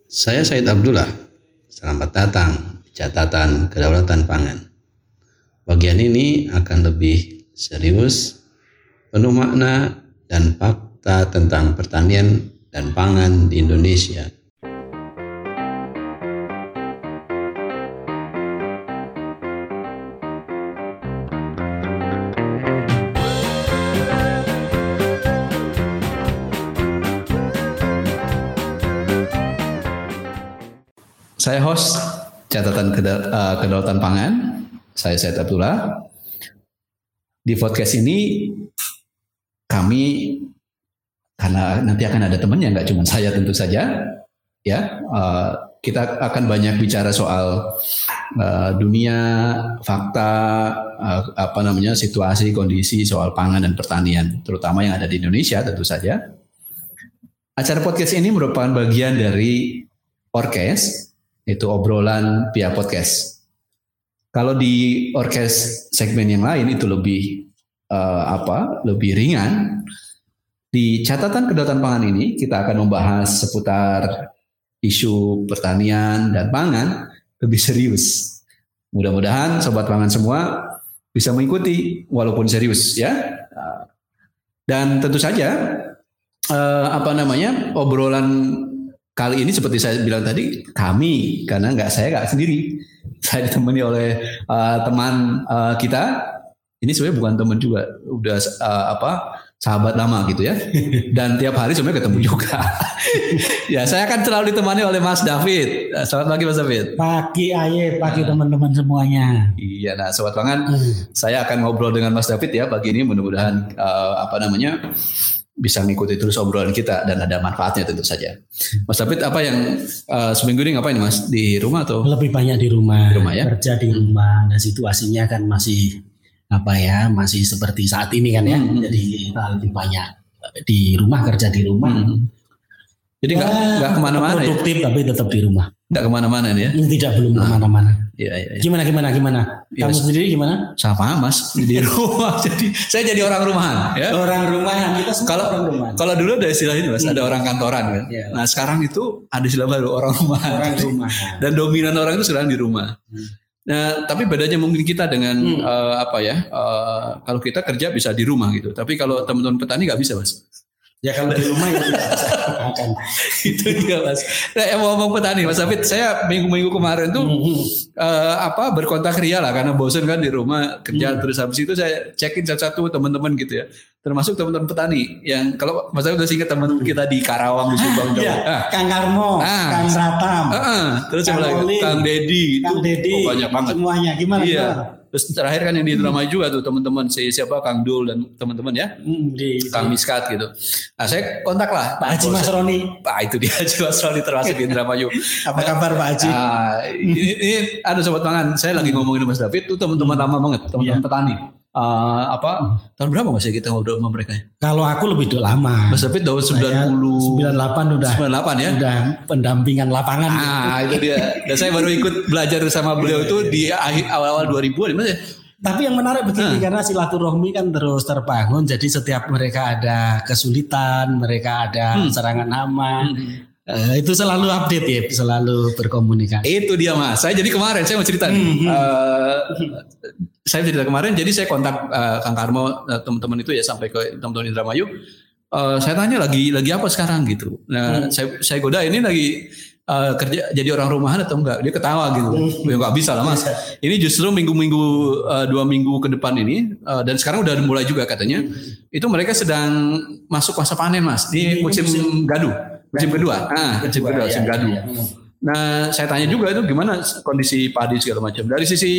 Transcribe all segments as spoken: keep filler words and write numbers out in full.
Saya Said Abdullah. Selamat datang di catatan kedaulatan pangan. Bagian ini akan lebih serius, penuh makna dan fakta tentang pertanian dan pangan di Indonesia. Saya host catatan kedaulatan pangan, saya Said Abdullah. Di podcast ini kami, karena nanti akan ada temannya, nggak cuma saya tentu saja, ya uh, kita akan banyak bicara soal uh, dunia, fakta, uh, apa namanya situasi, kondisi soal pangan dan pertanian, terutama yang ada di Indonesia tentu saja. Acara podcast ini merupakan bagian dari Orkes, itu obrolan via podcast. Kalau di orkes segmen yang lain itu lebih uh, apa? Lebih ringan. Di catatan kedaulatan pangan ini kita akan membahas seputar isu pertanian dan pangan lebih serius. Mudah-mudahan sobat pangan semua bisa mengikuti walaupun serius ya. Dan tentu saja uh, apa namanya? obrolan kali ini seperti saya bilang tadi, kami, karena nggak saya nggak sendiri, saya ditemani oleh uh, teman uh, kita. Ini sebenarnya bukan teman juga, udah uh, apa sahabat lama gitu ya. Dan tiap hari sebenarnya ketemu juga. Ya, saya akan selalu ditemani oleh Mas David. Selamat pagi Mas David. Pagi Aye, pagi uh, teman-teman semuanya. Iya, nah sobat pangan, hmm. saya akan ngobrol dengan Mas David ya pagi ini. Mudah-mudahan uh, apa namanya bisa mengikuti terus obrolan kita dan ada manfaatnya tentu saja. Mas David, apa yang uh, seminggu ini ngapain Mas? Di rumah atau? Lebih banyak di rumah. Di rumah ya? Kerja di rumah. Dan situasinya kan masih apa ya? Masih seperti saat ini kan ya. Hmm. Jadi lebih banyak di rumah, kerja di rumah. Hmm. Jadi nggak ya, nggak kemana-mana ya? Produktif tapi tetap di rumah. Nggak kemana-mana nih ya? Tidak, belum nah. kemana-mana. Ya, ya, ya. Gimana gimana gimana? Kamu ya, sendiri gimana? Sama Mas di rumah. Jadi saya jadi orang rumahan. Ya. Orang rumahan. Kita semua kalau orang rumahan. Kalau dulu ada istilah ini Mas, hmm. ada orang kantoran kan. Ya. Nah sekarang itu ada istilah baru orang rumahan. Orang rumahan. Dan dominan orang itu sekarang di rumah. Hmm. Nah tapi bedanya mungkin kita dengan hmm. uh, apa ya? Uh, kalau kita kerja bisa di rumah gitu. Tapi kalau teman-teman petani nggak bisa Mas. Ya kalau di rumah ya tidak bisa makan. Itu dia Mas. Nah, mau ngomong petani Mas David, saya minggu-minggu kemarin tuh mm-hmm. uh, apa berkontak ria lah karena bosan kan di rumah kerja mm. terus habis itu saya cekin satu-satu teman-teman gitu ya. Termasuk teman-teman petani yang kalau Mas David udah ingat teman-teman kita di Karawang di Subang ah, iya. ah. Kang Karmo, ah. Kang Ratam, ah, ah. terus Kang, lagi, Kang Dedi, Kang Dedi, oh, banyak banget semuanya. Gimana? Iya. Gimana? Terus terakhir kan yang di Indramayu juga tuh teman-teman si siapa Kang Dul dan teman-teman ya di, Kang Miskat gitu. Nah saya kontak lah Pak Haji Mas Roni. Pak itu dia Haji Mas Roni termasuk di Indramayu. Apa kabar Pak Haji? Nah, ini, ini ada sobat pangan. Saya lagi ngomongin Mas David tuh teman-teman lama banget, teman-teman ya. petani. Uh, apa tahun berapa Mas ya kita ngobrol sama mereka? Kalau aku lebih dulu lama. Mas David tahun sembilan puluh sembilan puluh delapan udah. sembilan puluh delapan ya. Udah pendampingan lapangan. Ah gitu. Itu dia. Dan saya baru ikut belajar sama beliau itu di akhir awal-awal dua ribuan Mas ya. Tapi yang menarik begini, hmm. karena silaturahmi kan terus terbangun. Jadi setiap mereka ada kesulitan, mereka ada hmm. serangan hama, hmm. uh, itu selalu update ya, selalu berkomunikasi. Itu dia Mas. Saya jadi kemarin saya mau cerita nih. Hmm. Uh, saya cerita kemarin, jadi saya kontak uh, Kang Karmo, uh, teman-teman itu ya sampai ke teman-teman Indramayu. Uh, saya tanya lagi lagi apa sekarang gitu. Nah, hmm. saya saya goda ini lagi Uh, kerja jadi orang rumahan atau enggak, dia ketawa gitu. Ya enggak bisa lah Mas. Ini justru minggu-minggu uh, dua minggu ke depan ini uh, dan sekarang udah mulai juga katanya. Itu mereka sedang masuk masa panen Mas di musim gadu, musim kedua. Ah, musim kedua, musim gadu. Nah, saya tanya juga itu gimana kondisi padi segala macam. Dari sisi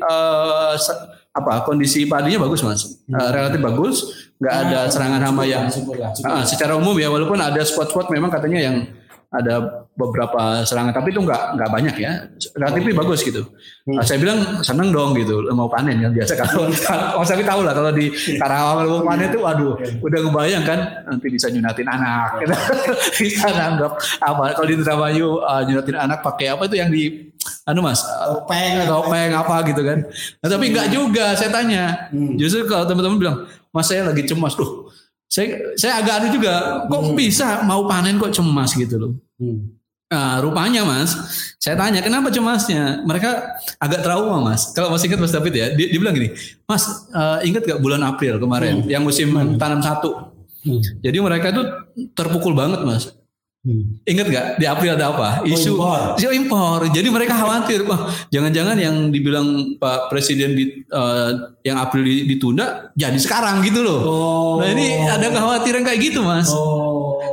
uh, apa kondisi padinya bagus Mas, uh, relatif bagus, nggak ada serangan hama yang uh, secara umum ya, walaupun ada spot-spot memang katanya yang ada beberapa serangan tapi itu nggak nggak banyak ya, relatif bagus gitu. Nah, saya bilang seneng dong gitu mau panen yang biasa kalau kalau saya tahu lah kalau di Karawang mau panen tuh aduh udah ngebayang kan nanti bisa nyunatin anak gitu. Bisa nanggap apa kalau di Indramayu uh, nyunatin anak pakai apa itu yang di anu Mas topeng topeng apa gitu kan. Nah, tapi nggak juga saya tanya. Justru kalau teman-teman bilang Mas saya lagi cemas tuh. Saya saya agak aneh juga, kok hmm. bisa mau panen kok cemas gitu loh. Hmm. Nah, rupanya Mas, saya tanya kenapa cemasnya? Mereka agak trauma Mas. Kalau masih ingat Mas David ya, dia, dia bilang gini, Mas uh, ingat gak bulan April kemarin hmm. yang musim hmm. tanam satu? Hmm. Jadi mereka itu terpukul banget Mas. Hmm. Ingat gak di April ada apa? Isu oh, impor. Isu impor. Jadi mereka khawatir, wah jangan-jangan yang dibilang Pak Presiden di, uh, yang April ditunda jadi sekarang gitu loh. Oh. Nah ini ada kekhawatiran kayak gitu Mas. Oh.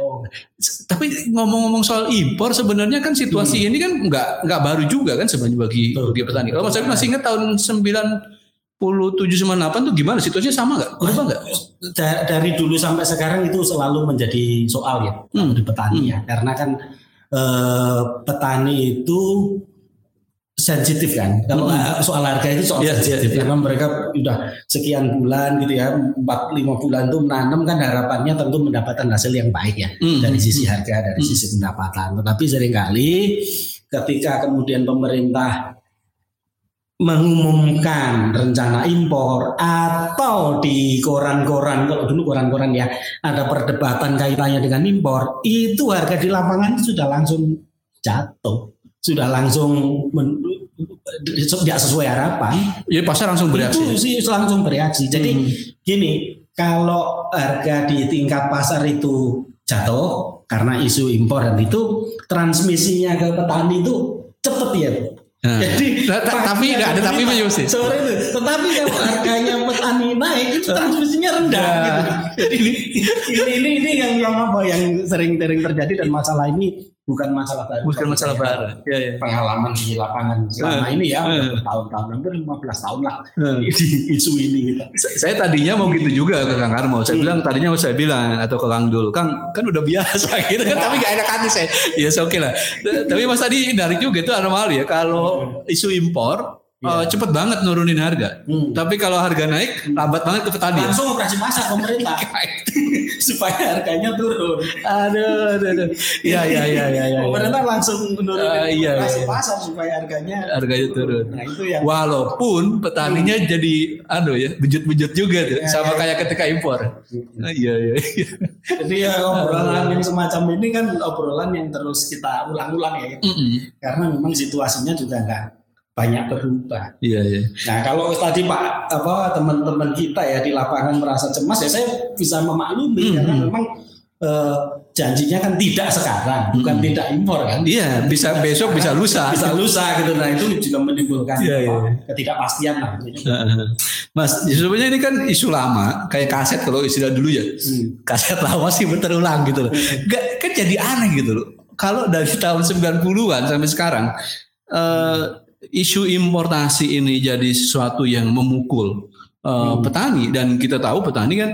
Tapi ngomong-ngomong soal impor sebenarnya kan situasi hmm. ini kan nggak nggak baru juga kan sebenarnya bagi bagi petani. Kalau Mas David masih ingat tahun sembilan puluh tujuh sembilan puluh delapan tuh gimana situasinya sama nggak? Berubah nggak? Dari dulu sampai sekarang itu selalu menjadi soal ya hmm. di petani hmm. ya karena kan eh, petani itu sensitif kan. Kalau hmm. soal harga itu soal yeah, sensitif yeah, karena yeah. mereka udah sekian bulan gitu ya, empat lima bulan tuh menanam kan harapannya tentu mendapatkan hasil yang baik ya hmm. dari sisi harga, dari hmm. sisi pendapatan. Tetapi seringkali ketika kemudian pemerintah mengumumkan rencana impor atau di koran-koran, kalau dulu koran-koran ya ada perdebatan kaitannya dengan impor, itu harga di lapangan sudah langsung jatuh. Sudah langsung men, tidak sesuai harapan. Jadi pasar langsung bereaksi. Itu sih langsung bereaksi. Jadi hmm. gini, kalau harga di tingkat pasar itu jatuh karena isu impor dan itu transmisinya ke petani itu cepet ya. Nah, jadi tapi nggak ada tapi menyusih. Sore itu. Tetapi kalau harganya petani naik itu transmisinya rendah. Nah, gitu. Jadi ini, ini ini yang yang apa yang sering-sering terjadi dan masalah ini bukan masalah baru. Bukan masalah baru. Ya, ya. Pengalaman di lapangan selama uh, ini ya uh, bertahun-tahun, hampir lima belas tahun lah uh, di isu ini. Gitu. Saya tadinya mau gitu juga ke Kang Karmo. Saya hmm. bilang tadinya mau saya bilang atau ke Kang Dul, Kang kan udah biasa gitu kan, tapi gak enak hati saya. Ya oke okay lah. Tapi Mas tadi dari juga itu anomali ya. Kalau isu impor Uh, yeah. cepet banget nurunin harga, hmm. tapi kalau harga naik lambat banget ke petani. Langsung operasi pasar pemerintah supaya harganya turun. Aduh, aduh, aduh. Iya, iya, iya, iya. Ya, pemerintah langsung menurunin uh, iya, operasi iya. pasar supaya harganya harganya turun. Nah, itu yang walaupun petaninya hmm. jadi, aduh ya, bejut-bejut juga tuh, ya, sama ya, kayak ya. ketika impor. Hmm. Uh, iya, iya. Jadi ya obrolan yang semacam ini kan obrolan yang terus kita ulang-ulang ya, mm-hmm. karena memang situasinya juga enggak banyak berubah. Iya, iya. Nah, kalau tadi Pak apa teman-teman kita ya di lapangan merasa cemas ya saya bisa memaklumi mm-hmm. karena memang eh, janjinya kan tidak sekarang, bukan mm-hmm. tidak impor kan. Iya, bisa tidak besok bisa lusa. Bisa lusa gitu. Nah, itu juga menimbulkan iya, iya. ketidakpastian lah. Mas, sebenarnya ini kan isu lama, kayak kaset kalau istilah dulu ya. Hmm. Kaset lama sih terulang gitu loh. Gak, kan jadi aneh gitu loh. Kalau dari tahun sembilan puluhan sampai sekarang eh isu importasi ini jadi sesuatu yang memukul uh, hmm. petani, dan kita tahu petani kan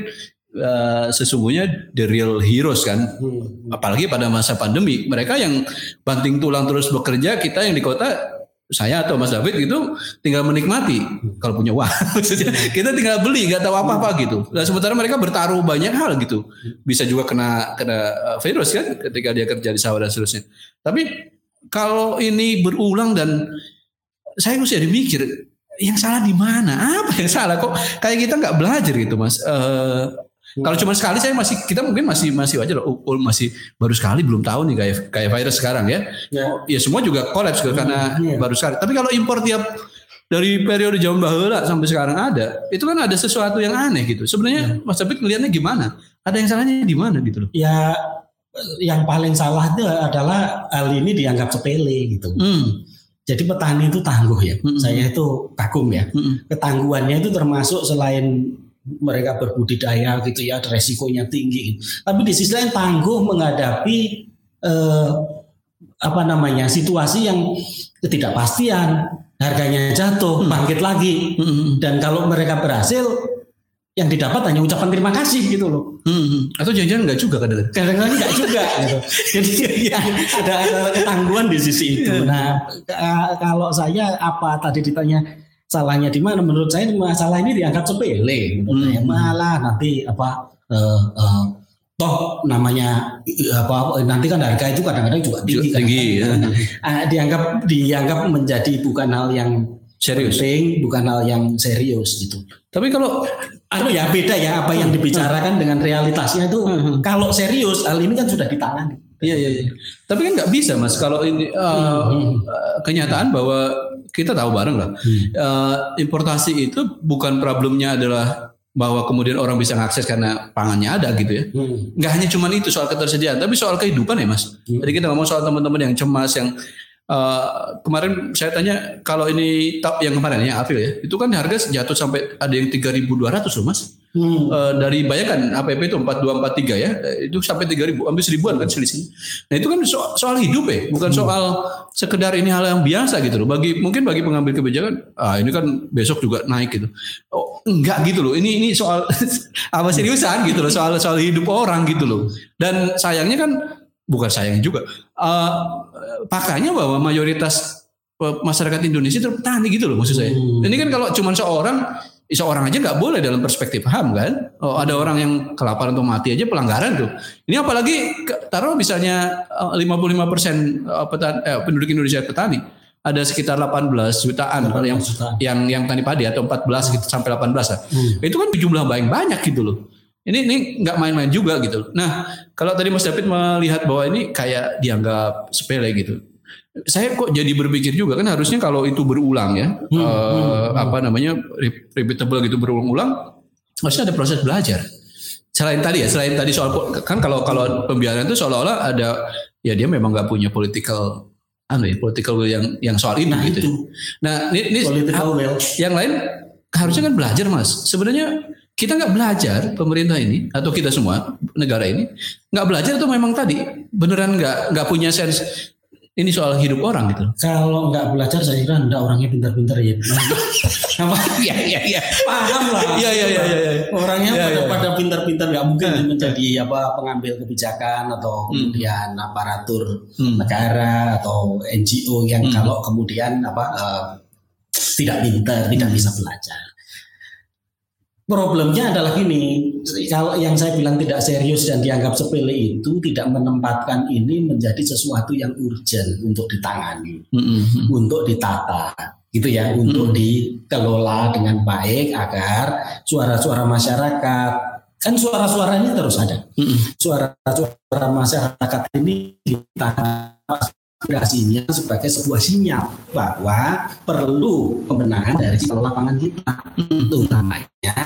uh, sesungguhnya the real heroes kan, hmm. apalagi pada masa pandemi mereka yang banting tulang terus bekerja, kita yang di kota, saya atau Mas David gitu tinggal menikmati kalau punya uang maksudnya kita tinggal beli nggak tahu apa-apa gitu. Dan sementara mereka bertaruh banyak hal gitu, bisa juga kena kena virus kan ketika dia kerja di sawah dan seterusnya. Tapi kalau ini berulang dan saya harus jadi mikir yang salah di mana, apa yang salah kok kayak kita nggak belajar gitu Mas. Uh, kalau cuma sekali saya masih, kita mungkin masih masih wajar loh, masih baru sekali belum tahu nih kayak kayak virus sekarang ya. Ya, ya semua juga kolaps hmm, karena ya. baru sekali. Tapi kalau impor tiap dari periode zaman baheula sampai sekarang ada, itu kan ada sesuatu yang aneh gitu. Sebenarnya ya. Mas David ngelihatnya gimana? Ada yang salahnya di mana gitu loh? Ya yang paling salah itu adalah hal ini dianggap sepele gitu. Hmm. Jadi petani itu tangguh ya, mm-hmm. saya itu kagum ya, mm-hmm. ketangguhannya itu termasuk selain mereka berbudidaya gitu ya, resikonya tinggi. Tapi di sisi lain tangguh menghadapi eh, apa namanya situasi yang ketidakpastian, harganya jatuh, mm-hmm. bangkit lagi, mm-hmm. dan kalau mereka berhasil, yang didapat hanya ucapan terima kasih gitu loh. Hmm, atau jangan-jangan enggak juga kadang-kadang. Kadang-kadang enggak juga gitu. Jadi ya, ada, ada ketangguhan di sisi itu. Nah, kalau saya apa tadi ditanya salahnya di mana? Menurut saya masalah ini dianggap sepele. Menurut hmm. saya malah nanti apa uh, uh, toh namanya apa nanti kan harga itu kadang-kadang juga tinggi. Tinggi. Kan? Ya. Nah, dianggap dianggap menjadi bukan hal yang serius, penting, bukan hal yang serius gitu. Tapi kalau anu ya beda ya apa yang dibicarakan dengan realitasnya itu. Hmm. Kalau serius hal ini kan sudah ditangani. Iya iya. iya. Tapi kan nggak bisa Mas kalau ini uh, hmm. kenyataan bahwa kita tahu bareng lah. Hmm. Uh, importasi itu bukan problemnya adalah bahwa kemudian orang bisa mengakses karena pangannya ada gitu ya. Hmm. Nggak hanya cuma itu soal ketersediaan, tapi soal kehidupan ya Mas. Hmm. Jadi kita ngomong soal teman-teman yang cemas, yang uh, kemarin saya tanya kalau ini top yang kemarin ya April ya, itu kan harga jatuh sampai ada yang tiga ribu dua ratus loh Mas. Hmm. Uh, dari bayangkan A P P itu empat dua empat tiga ya, itu sampai tiga ribu, hampir seribuan kan selisihnya. Nah itu kan soal, soal hidup ya, bukan soal sekedar ini hal yang biasa gitu loh. Bagi mungkin bagi pengambil kebijakan, ah ini kan besok juga naik gitu. Oh enggak gitu loh. Ini ini soal apa seriusan gitu loh, soal soal hidup orang gitu loh. Dan sayangnya kan bukan sayang juga, uh, faktanya bahwa mayoritas masyarakat Indonesia itu petani gitu loh maksud saya. Hmm. Ini kan kalau cuma seorang Seorang aja nggak boleh dalam perspektif H A M kan. Oh, ada orang yang kelaparan atau mati aja pelanggaran tuh. Ini apalagi taruh misalnya lima puluh lima persen petani, eh, penduduk Indonesia petani. Ada sekitar delapan belas jutaan delapan belas yang, jutaan. yang yang tani padi atau empat belas gitu, sampai delapan belas lah. Hmm. Itu kan jumlah banyak banyak gitu loh. Ini ini nggak main-main juga gitu. Nah kalau tadi Mas David melihat bahwa ini kayak dianggap sepele gitu. Saya kok jadi berpikir juga kan harusnya kalau itu berulang ya hmm, uh, hmm, apa namanya repeatable gitu berulang-ulang harusnya ada proses belajar. Selain tadi ya selain tadi soal kan kalau kalau pembiaran itu seolah-olah ada ya dia memang nggak punya political anu ya political will yang yang soal ini nah, gitu. Itu. Nah ini, ini yang lain harusnya kan belajar Mas. Sebenarnya kita nggak belajar pemerintah ini atau kita semua negara ini nggak belajar atau memang tadi beneran nggak nggak punya sense. Ini soal hidup orang gitu. Kalau nggak belajar saya kira enggak orangnya pintar-pintar ya. Apa? Iya iya iya. Paham lah. Iya iya iya iya. Orangnya ya, pada ya. pada pintar-pintar nggak mungkin ya. menjadi apa pengambil kebijakan atau kemudian hmm. aparatur hmm. negara atau N G O yang hmm. kalau kemudian apa uh, tidak pintar, tidak hmm. bisa belajar. Problemnya adalah gini, kalau yang saya bilang tidak serius dan dianggap sepele itu tidak menempatkan ini menjadi sesuatu yang urgent untuk ditangani, mm-hmm. untuk ditata, gitu ya, mm-hmm. untuk dikelola dengan baik agar suara-suara masyarakat, kan suara-suara ini terus ada, mm-hmm. suara-suara masyarakat ini ditangani aspirasinya sebagai sebuah sinyal bahwa perlu pembenahan dari kelola pangan kita, utamanya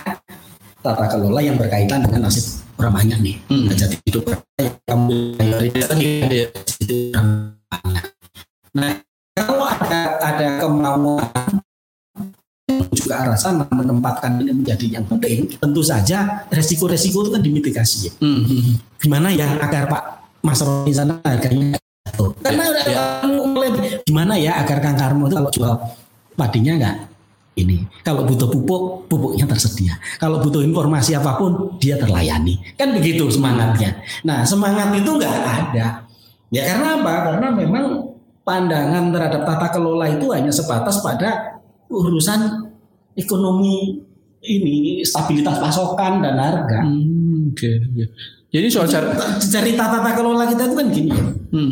tata kelola yang berkaitan dengan nasib orang banyak nih, hmm. jadi hidup yang mayoritas itu orang banyak. Nah kalau ada ada kemauan juga arah sana menempatkan ini menjadi yang penting, tentu saja resiko-resiko itu kan dimitigasi. Hmm. Gimana ya agar Pak Mas Roni sana harganya karena udah ya. mulai gimana ya agar Kang Karmo itu kalau jual padinya enggak ini, kalau butuh pupuk pupuknya tersedia, kalau butuh informasi apapun dia terlayani, kan begitu semangatnya. Nah semangat itu enggak ada ya karena apa? Karena memang pandangan terhadap tata kelola itu hanya sebatas pada urusan ekonomi ini, stabilitas pasokan dan harga. Hmm, Oke. Okay, okay. Jadi soal cara cerita tata kelola kita itu kan gini ya. Hmm.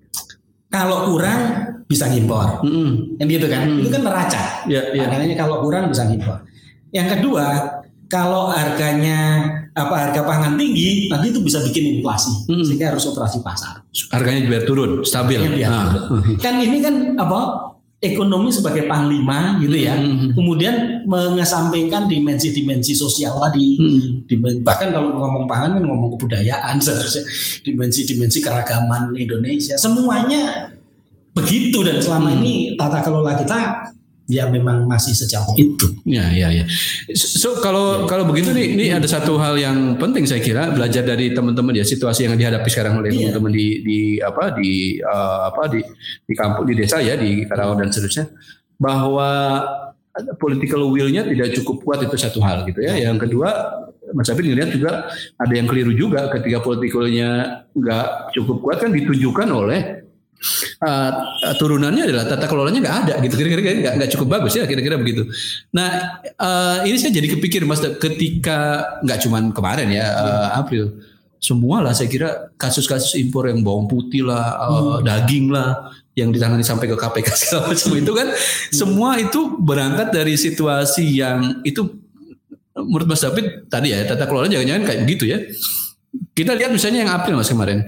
Kalau kurang bisa ngimpor, mm-hmm. kan gitu kan? Mm. Itu kan neraca. Yeah, yeah. Makanya kalau kurang bisa ngimpor. Yang kedua, kalau harganya apa harga pangan tinggi, nanti itu bisa bikin inflasi, mm. sehingga harus operasi pasar. Harganya biar turun, stabil. Biar ah. turun. Kan ini kan apa? Ekonomi sebagai panglima gitu ya. Mm. Kemudian mengesampingkan dimensi-dimensi sosial tadi. Mm. Bahkan kalau ngomong pangan kan ngomong kebudayaan, seharusnya dimensi-dimensi keragaman Indonesia. Semuanya begitu dan selama hmm. ini tata kelola kita ya memang masih sejauh itu. Ya ya ya. So kalau ya. kalau begitu nih ini ada satu hal yang penting saya kira belajar dari teman-teman ya situasi yang dihadapi sekarang oleh ya. teman-teman di di apa di uh, apa di di kampung di desa ya di Karawang dan seterusnya bahwa political will-nya tidak cukup kuat itu satu hal gitu ya. Yang kedua Mas David ngelihat juga ada yang keliru juga ketika political-nya nggak cukup kuat kan ditunjukkan oleh Uh, turunannya adalah tata kelolanya nggak ada gitu kira-kira nggak nggak cukup bagus ya kira-kira begitu. Nah uh, ini saya jadi kepikir Mas ketika nggak cuman kemarin ya uh, April semua lah saya kira kasus-kasus impor yang bawang putih lah uh, hmm. daging lah yang ditangani sampai ke K P K segala macam itu kan hmm. semua itu berangkat dari situasi yang itu menurut Mas David tadi ya tata kelolanya jangan-jangan kayak begitu ya. Kita lihat misalnya yang April Mas kemarin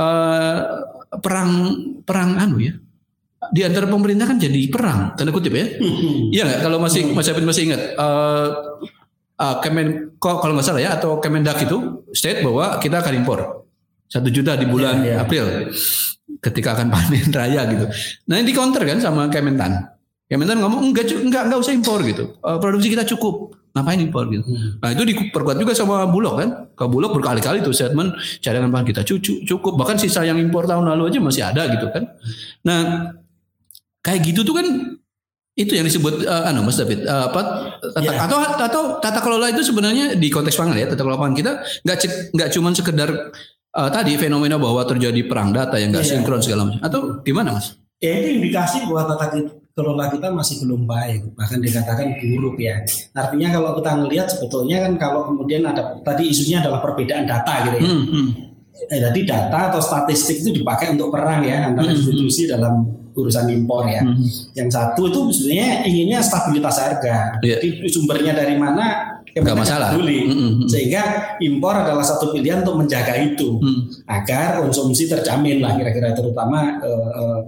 uh, perang perang anu ya. Di antara pemerintah kan jadi perang tanda kutip ya. Iya nggak? Kalau masih Mas David masih ingat uh, uh, Kemen kalau nggak salah ya atau Kemendak itu state bahwa kita akan impor satu juta di bulan yeah, yeah. April ketika akan panen raya gitu. Nah ini di counter kan sama Kementan. Kementan ngomong enggak enggak enggak usah impor gitu. Uh, produksi kita cukup. Ngapain impor gitu. Hmm. Nah itu diperkuat juga sama Bulog kan. Ke Bulog berkali-kali tuh statement cadangan pangan kita cukup. Bahkan sisa yang impor tahun lalu aja masih ada gitu kan. Nah kayak gitu tuh kan itu yang disebut uh, anu Mas David uh, apa tata, yeah. atau atau tata kelola itu sebenarnya di konteks pangan ya tata kelola pangan kita nggak nggak cuma sekedar uh, tadi fenomena bahwa terjadi perang data yang nggak yeah. sinkron segala macam atau gimana Mas? Ya itu indikasi bahwa tata kelola kita masih belum baik, bahkan dikatakan buruk ya. Artinya kalau kita ngelihat sebetulnya kan kalau kemudian ada tadi isunya adalah perbedaan data gitu ya. Hmm, hmm. Eh, jadi data atau statistik itu dipakai untuk perang ya antara hmm, institusi hmm. dalam urusan impor ya. Hmm. Yang satu itu sebenarnya inginnya stabilitas harga. Yeah. Jadi sumbernya dari mana? Enggak masalah. Mm-hmm. Sehingga impor adalah satu pilihan untuk menjaga itu mm. agar konsumsi terjamin lah kira-kira terutama uh, uh,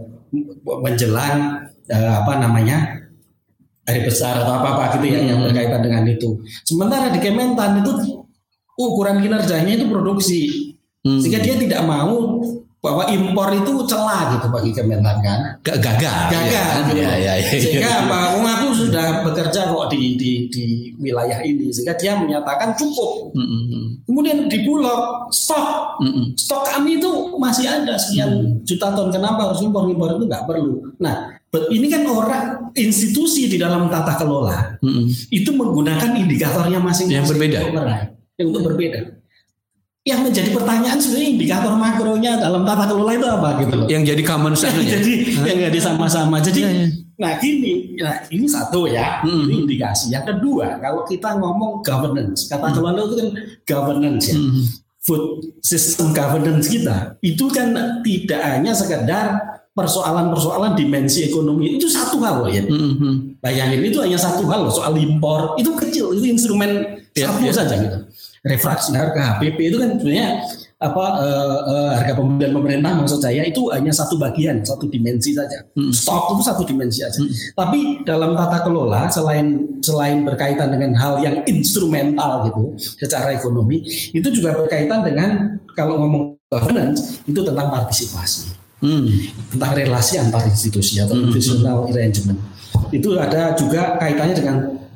menjelang uh, apa namanya hari besar atau apa-apa gitu ya mm. yang berkaitan dengan itu. Sementara di Kementan itu ukuran kinerjanya itu produksi. Mm. Sehingga dia tidak mau bahwa impor itu celah gitu bagi Kementan kan. Gagal. Gagal. Gitu. Ya, ya, ya, sehingga ya. apa? Wong aku sudah bekerja kok di di di wilayah ini sehingga dia menyatakan cukup. Mm-hmm. Kemudian di Bulog stok. Mm-hmm. Stok kami itu masih ada sekian mm-hmm. juta ton. Kenapa harus impor? Impor itu nggak perlu. Nah, ini kan orang institusi di dalam tata kelola mm-hmm. itu menggunakan indikatornya masing-masing yang berbeda. Yang untuk berbeda. Yang menjadi pertanyaan sebenarnya indikator makronya dalam tata kelola itu apa gitu loh. Yang jadi common sense. Jadi yang jadi sama-sama. Jadi ya, ya. Nah gini, nah ini satu ya, hmm. ini indikasi. Yang kedua, kalau kita ngomong governance, tata kelola hmm. itu kan governance ya. Hmm. Food system governance kita itu kan tidak hanya sekedar persoalan-persoalan dimensi ekonomi, itu satu hal loh ya. Hmm. Bayangin itu hanya satu hal loh, soal impor itu kecil, itu instrumen ya, satu ya. saja gitu. Refraksi harga H P P itu kan sebenarnya apa uh, uh, harga pembelian pemerintah maksud saya itu hanya satu bagian, satu dimensi saja. Hmm. Stok itu satu dimensi saja. Hmm. Tapi dalam tata kelola selain selain berkaitan dengan hal yang instrumental gitu secara ekonomi, itu juga berkaitan dengan kalau ngomong governance itu tentang partisipasi. Hmm. Tentang relasi antar institusi atau hmm. professional arrangement. Itu ada juga kaitannya dengan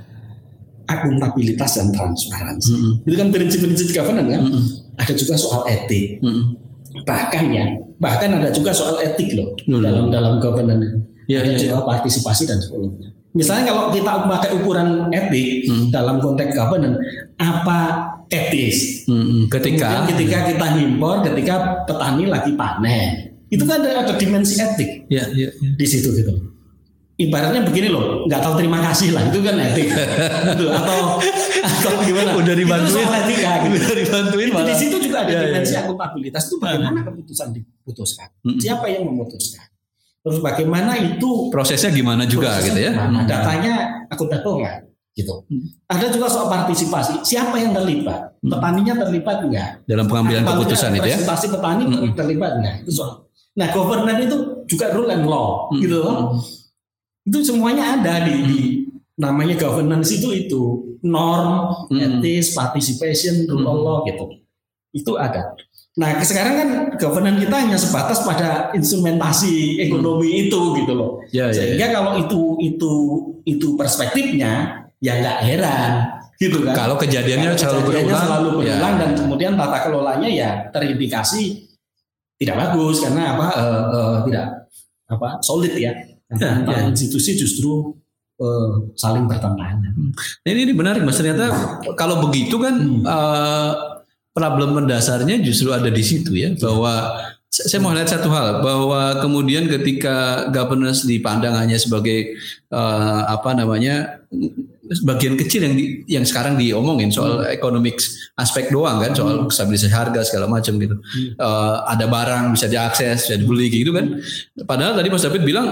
akuntabilitas dan transparansi. Mm-hmm. Itu kan prinsip-prinsip governance kan. Mm-hmm. Ada juga soal etik. Mm-hmm. Bahkan ya, bahkan ada juga soal etik loh mm-hmm. dalam dalam governance. Ya, ada ya, soal ya. partisipasi dan sebagainya. Misalnya kalau kita pakai ukuran etik mm-hmm. dalam konteks governance, apa etis? Mm-hmm. Ketika Kemudian ketika kita impor, ketika petani lagi panen, itu kan ada, ada dimensi etik. Ya, ya, ya. Di situ gitu. Ibaratnya begini loh, nggak tahu terima kasih lah, itu kan etik, gitu. atau atau gimana? Udah dibantuin, itu soal etika, gitu. Udah dibantuin itu, malah. Di situ juga ada ya, dimensi ya, ya. akuntabilitas itu bagaimana keputusan diputuskan, mm-hmm. siapa yang memutuskan, terus bagaimana itu prosesnya gimana juga prosesnya gitu ya? Gimana, datanya akuntabel nggak, gitu. Mm-hmm. Ada juga soal partisipasi, siapa yang terlibat, mm-hmm. petaninya terlibat nggak? Dalam pengambilan nah, keputusan itu ya? Presentasi petani mm-hmm. terlibat nggak? Itu soal. Nah, governance itu juga rule and law, mm-hmm. gitu loh. Itu semuanya ada di, di namanya governance itu itu norm, hmm. etis, participation, rule of law gitu. Itu ada. Nah sekarang kan governance kita hanya sebatas pada instrumentasi ekonomi hmm. itu gitu loh. Ya, Sehingga ya, ya. kalau itu itu itu perspektifnya ya nggak heran gitu kan. Kalau kejadiannya, kalau selalu kejadiannya berulang, selalu berulang ya. dan kemudian tata kelolanya ya terindikasi tidak bagus karena apa uh, uh, tidak apa solid ya. Nah, ya, institusi justru uh, saling bertentangan. Nah, ini, ini menarik Mas, ternyata kalau begitu kan hmm. uh, problem mendasarnya justru ada di situ ya, bahwa saya mau lihat satu hal, bahwa kemudian ketika governance dipandang hanya sebagai uh, apa namanya bagian kecil yang di, yang sekarang diomongin soal hmm. economics aspek doang kan, soal hmm. stabilisasi harga segala macam gitu. Hmm. Uh, ada barang bisa diakses, bisa dibeli gitu kan. Padahal tadi Mas David bilang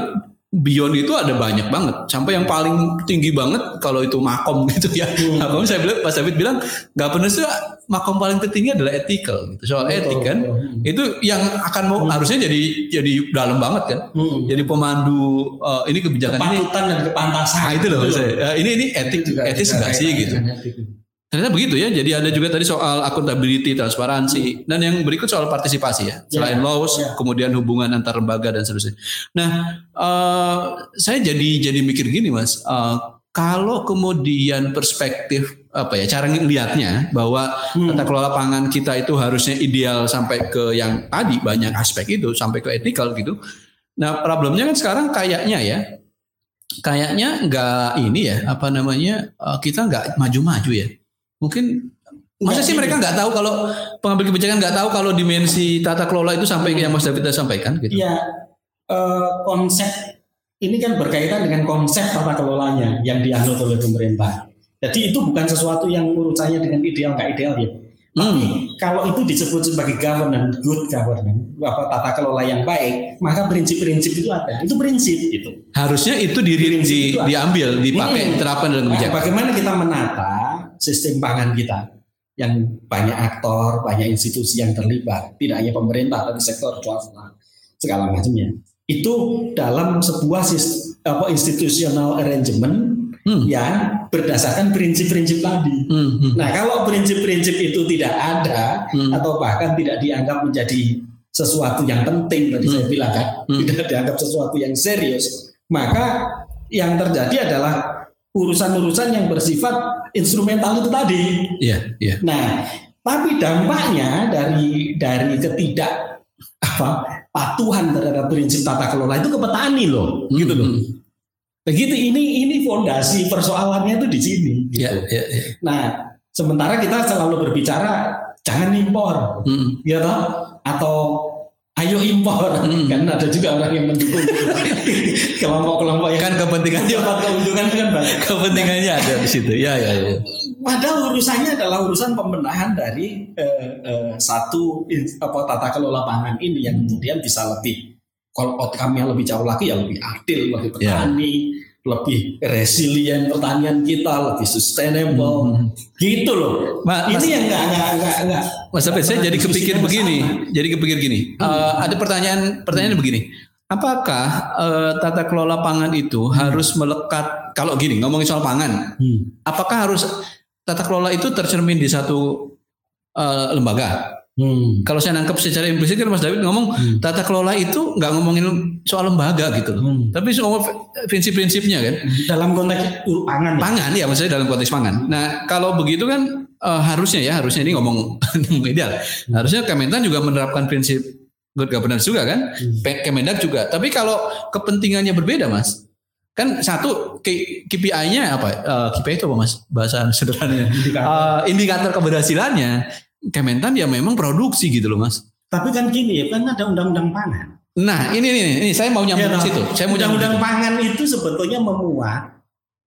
beyond itu ada banyak banget, sampai yang paling tinggi banget kalau itu makom gitu ya. Hmm. Makom saya bilang, Mas David bilang governance itu makom paling tertinggi adalah ethical gitu. Soal oh, etik kan, hmm. itu yang akan mau hmm. harusnya jadi jadi dalam banget kan. Hmm. Jadi pemandu uh, ini kebijakan kepatutan ini. Kepatutan dan kepantasan. Nah, itu loh saya. Uh, ini ini etik juga, etis enggak sih gitu. Ternyata begitu ya. Jadi ada juga tadi soal accountability, transparansi, dan yang berikut soal partisipasi ya. Selain yeah, laws, yeah. kemudian hubungan antar lembaga dan seterusnya. Nah, uh, saya jadi jadi mikir gini, Mas. Uh, kalau kemudian perspektif apa ya, cara ngelihatnya bahwa hmm. tata kelola pangan kita itu harusnya ideal sampai ke yang tadi banyak aspek itu, sampai ke ethical gitu. Nah, problemnya kan sekarang kayaknya ya, kayaknya nggak ini ya, apa namanya, uh, kita nggak maju-maju ya. Mungkin masa sih mereka nggak tahu kalau pengambil kebijakan nggak tahu kalau dimensi tata kelola itu sampai yang Mas David sampaikan gitu. Iya, eh, konsep ini kan berkaitan dengan konsep tata kelolanya yang dianut oleh pemerintah. Jadi itu bukan sesuatu yang urusannya dengan ideal nggak ideal ya. Tapi hmm. kalau itu disebut sebagai governance, good governance, apa tata kelola yang baik, maka prinsip-prinsip itu ada. Itu prinsip itu. Harusnya itu diri di, diambil, dipakai, hmm. diterapkan dalam kebijakan. Nah, bagaimana kita menata sistem pangan kita yang banyak aktor, banyak institusi yang terlibat, tidak hanya pemerintah tapi sektor swasta segala macamnya. Itu dalam sebuah sistem, apa institutional arrangement hmm. yang berdasarkan prinsip-prinsip tadi. Hmm. Nah, kalau prinsip-prinsip itu tidak ada hmm. atau bahkan tidak dianggap menjadi sesuatu yang penting, tadi hmm. saya bilang kan, hmm. tidak dianggap sesuatu yang serius, maka yang terjadi adalah urusan-urusan yang bersifat instrumental itu tadi. Yeah, yeah. Nah, tapi dampaknya dari dari ketidak apa patuhan terhadap prinsip tata kelola itu ke petani loh, gitu loh. Begitu ini ini fondasi persoalannya itu di sini. Gitu. Yeah, yeah, yeah. Nah, sementara kita selalu berbicara jangan impor, mm. ya toh? Atau ayo impor, hmm. kan ada juga orang yang mendukung kelompok-kelompok yang kan kepentingannya dapat keuntungan kan banyak. Kepentingannya ada di situ, ya ya. ya. Padahal urusannya adalah urusan pembenahan dari eh, eh, satu apa tata kelola pangan ini yang kemudian bisa lebih, kalau outcome-nya lebih jauh lagi ya lebih adil bagi petani, ya. Lebih resilient pertanian kita, lebih sustainable, hmm. gitu loh. Ma, ini mas, yang nggak nggak nggak nggak. Mas David, saya jadi kepikir begini, sama. jadi kepikir gini. Hmm. Uh, ada pertanyaan, pertanyaan hmm. begini. Apakah uh, tata kelola pangan itu hmm. harus melekat? Kalau gini ngomongin soal pangan, hmm. apakah harus tata kelola itu tercermin di satu uh, lembaga? Hmm. Kalau saya nangkep secara implisit kan Mas David ngomong hmm. tata kelola itu nggak ngomongin soal lembaga gitu loh, hmm. tapi soal prinsip-prinsipnya kan dalam konteks pangan. Pangan ya, maksudnya dalam konteks pangan. Nah kalau begitu kan uh, harusnya ya harusnya ini ngomong ideal, hmm. harusnya Kementan juga menerapkan prinsip good governance juga kan, hmm. Kemendak juga. Tapi kalau kepentingannya berbeda Mas, kan satu K P I-nya apa? Uh, K P I itu apa Mas? Bahasa sederhananya indikator, uh, indikator keberhasilannya. Kementan ya memang produksi gitu loh Mas. Tapi kan gini ya, kan ada undang-undang pangan. Nah ini ini, ini saya mau nyambung ya, ke situ. Saya mau undang-undang pangan itu sebetulnya memuat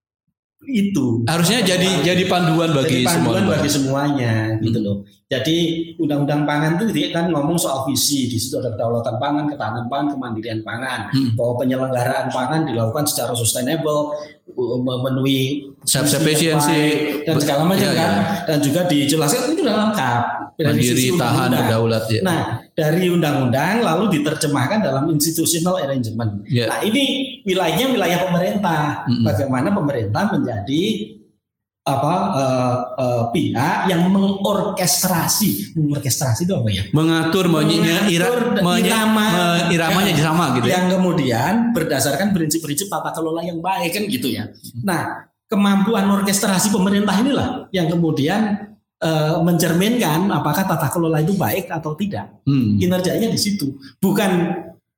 itu. Harusnya apa, jadi apa, jadi panduan bagi jadi panduan semua bagi semuanya hmm. gitu loh. Jadi undang-undang pangan itu dia kan ngomong soal visi, di situ ada kedaulatan pangan, ketahanan pangan, kemandirian pangan, hmm. bahwa penyelenggaraan pangan dilakukan secara sustainable, memenuhi self-sufficiency dan segala macam ya, kan, ya. Dan juga dijelaskan itu sudah lengkap. Mandiri, tahan, berdaulat. Ya. Nah dari undang-undang lalu diterjemahkan dalam institutional arrangement. Ya. Nah ini wilayahnya wilayah pemerintah. Mm-hmm. Bagaimana pemerintah menjadi apa uh, uh, pihak yang mengorkestrasi, mengorkestrasi itu apa ya? Mengatur, mengatur irama, iramanya sama gitu. Yang kemudian berdasarkan prinsip-prinsip tata kelola yang baik kan gitu ya. Nah kemampuan orkestrasi pemerintah inilah yang kemudian uh, mencerminkan apakah tata kelola itu baik atau tidak. Hmm. Kinerjanya di situ, bukan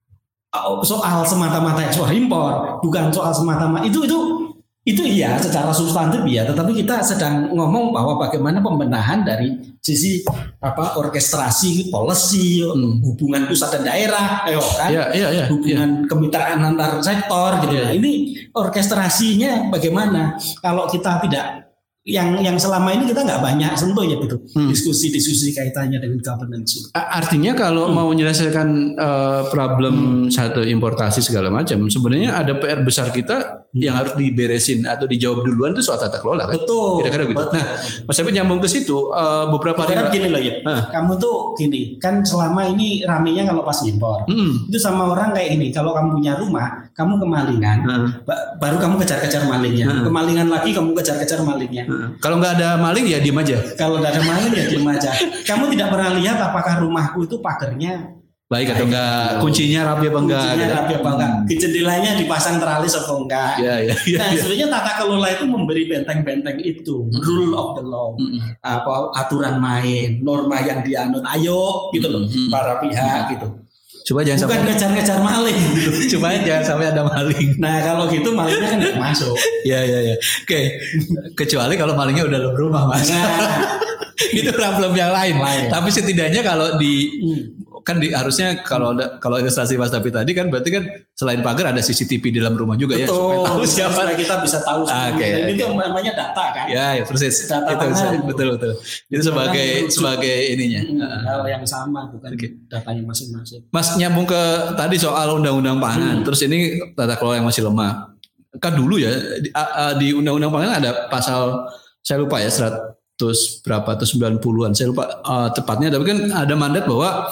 soal semata-mata ekspor impor, bukan soal semata-mata itu itu itu iya secara substantif ya, tetapi kita sedang ngomong bahwa bagaimana pembenahan dari sisi apa orkestrasi, policy, hmm. hubungan pusat dan daerah, ayo kan, ya, ya, ya, hubungan ya. Kemitraan antar sektor gitu. Ya. Nah, ini orkestrasinya bagaimana? Kalau kita tidak yang yang selama ini kita nggak banyak sentuh ya betul hmm. diskusi-diskusi kaitannya dengan governance. Artinya kalau hmm. mau menyelesaikan uh, problem hmm. satu importasi segala macam, sebenarnya ada P R besar kita hmm. yang harus diberesin atau dijawab duluan itu soal tata kelola kan? Betul. Kira-kira gitu. Nah, Mas David nyambung ke situ uh, beberapa hari gini loh ya. Huh? Kamu tuh gini kan selama ini ramenya kalau pas impor hmm. itu sama orang kayak ini. Kalau kamu punya rumah, kamu kemalingan, hmm. baru kamu kejar-kejar malingnya, hmm. kemalingan lagi kamu kejar-kejar malingnya. Hmm. Kalau nggak ada maling ya diem aja. Kalau nggak ada maling ya diem aja. Kamu tidak pernah lihat apakah rumahku itu pagernya baik atau enggak, kuncinya rapi apa enggak? Kuncinya rapi apa enggak? Jendelanya dipasang teralis atau enggak? Ya, ya, ya, nah, ya. sebenarnya tata kelola itu memberi benteng-benteng itu, mm-hmm. rule of the law, mm-hmm. apa aturan main, norma yang dianut. Ayo, gitu loh, mm-hmm. para pihak gitu. Coba jangan bukan sampai ngejar-ngejar maling gitu. Coba jangan sampai ada maling. Nah kalau gitu malingnya kan nggak masuk. Ya ya ya. Oke. Okay. Kecuali kalau malingnya udah dalam rumah mas. Nah. Itu problem yang lain. lain. Tapi setidaknya kalau di hmm. kan di, harusnya kalau kalau ilustrasi Mas David tadi kan berarti kan selain pagar ada C C T V di dalam rumah juga. Betul, ya supaya tahu siapa kita bisa tahu. Ah, okay, dan okay. itu namanya data kan. Ya, ya persis. Data itu tangan, betul betul. Itu sebagai itu sebagai ininya. Hal yang sama bukan okay. datanya masing-masing. Mas nyambung ke tadi soal undang-undang pangan. Hmm. Terus ini tata kelola yang masih lemah. Kan dulu ya di, di undang-undang pangan ada pasal saya lupa ya seratus berapa atau sembilan puluhan saya lupa uh, tepatnya, tapi kan ada mandat bahwa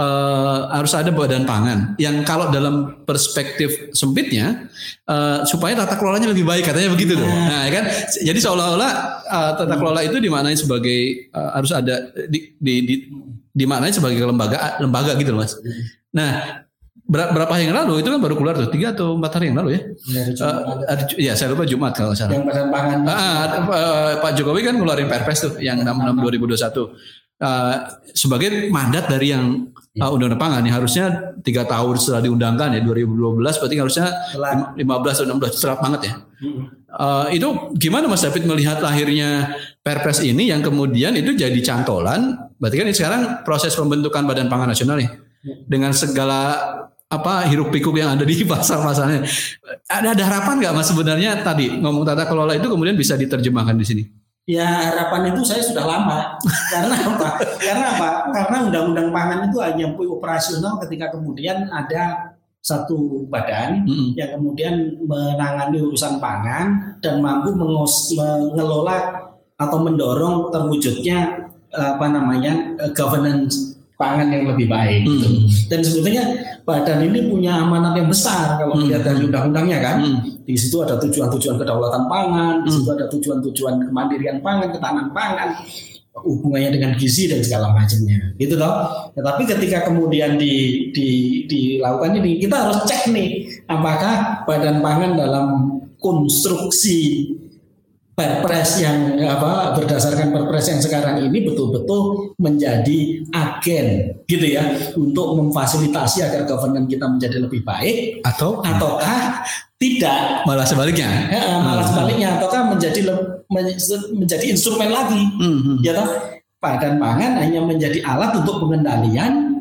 uh, harus ada badan pangan yang kalau dalam perspektif sempitnya uh, supaya tata kelolanya lebih baik katanya begitu tuh. Nah kan jadi seolah-olah uh, tata kelola itu dimaknai sebagai uh, harus ada di, di, di dimaknai sebagai lembaga lembaga gitu loh mas. Nah berapa hari yang lalu itu kan baru keluar tuh tiga atau empat hari yang lalu ya. Ya, uh, ada, ya saya lupa Jumat kalau salah. Yang badan pangan. Uh, uh, Pak Jokowi kan ngeluarin Perpres tuh yang enam puluh enam dua ribu dua puluh satu uh, sebagai mandat dari yang uh, undang-undang pangan yang harusnya tiga tahun setelah diundangkan ya dua ribu dua belas berarti harusnya lima belas atau enam belas setelah banget ya. Uh, itu gimana Mas David melihat lahirnya Perpres ini yang kemudian itu jadi cantolan, berarti kan ini sekarang proses pembentukan Badan Pangan Nasional nih dengan segala apa hiruk pikuk yang ada di pasar-pasarnya. Ada ada harapan nggak mas sebenarnya tadi ngomong tata kelola itu kemudian bisa diterjemahkan di sini? Ya harapan itu saya sudah lama. Karena apa? Karena apa? Karena undang-undang pangan itu hanya operasional ketika kemudian ada satu badan mm-hmm. yang kemudian menangani urusan pangan dan mampu mengos, mengelola atau mendorong terwujudnya apa namanya governance pangan yang lebih baik. Hmm. Gitu. Dan sebetulnya badan ini punya amanat yang besar kalau hmm. lihat dari undang-undangnya kan. Hmm. Di situ ada tujuan-tujuan kedaulatan pangan, hmm. di situ ada tujuan-tujuan kemandirian pangan, ketahanan pangan, hubungannya dengan gizi dan segala macamnya. Gitu toh. Tetapi ketika kemudian di, di dilakukan ini kita harus cek nih apakah badan pangan dalam konstruksi Perpres yang apa berdasarkan Perpres yang sekarang ini betul-betul menjadi agen gitu ya untuk memfasilitasi agar governance kita menjadi lebih baik atau ataukah tidak malah sebaliknya ya, malah sebaliknya ataukah menjadi menjadi instrumen lagi mm-hmm. ya toh badan pangan hanya menjadi alat untuk pengendalian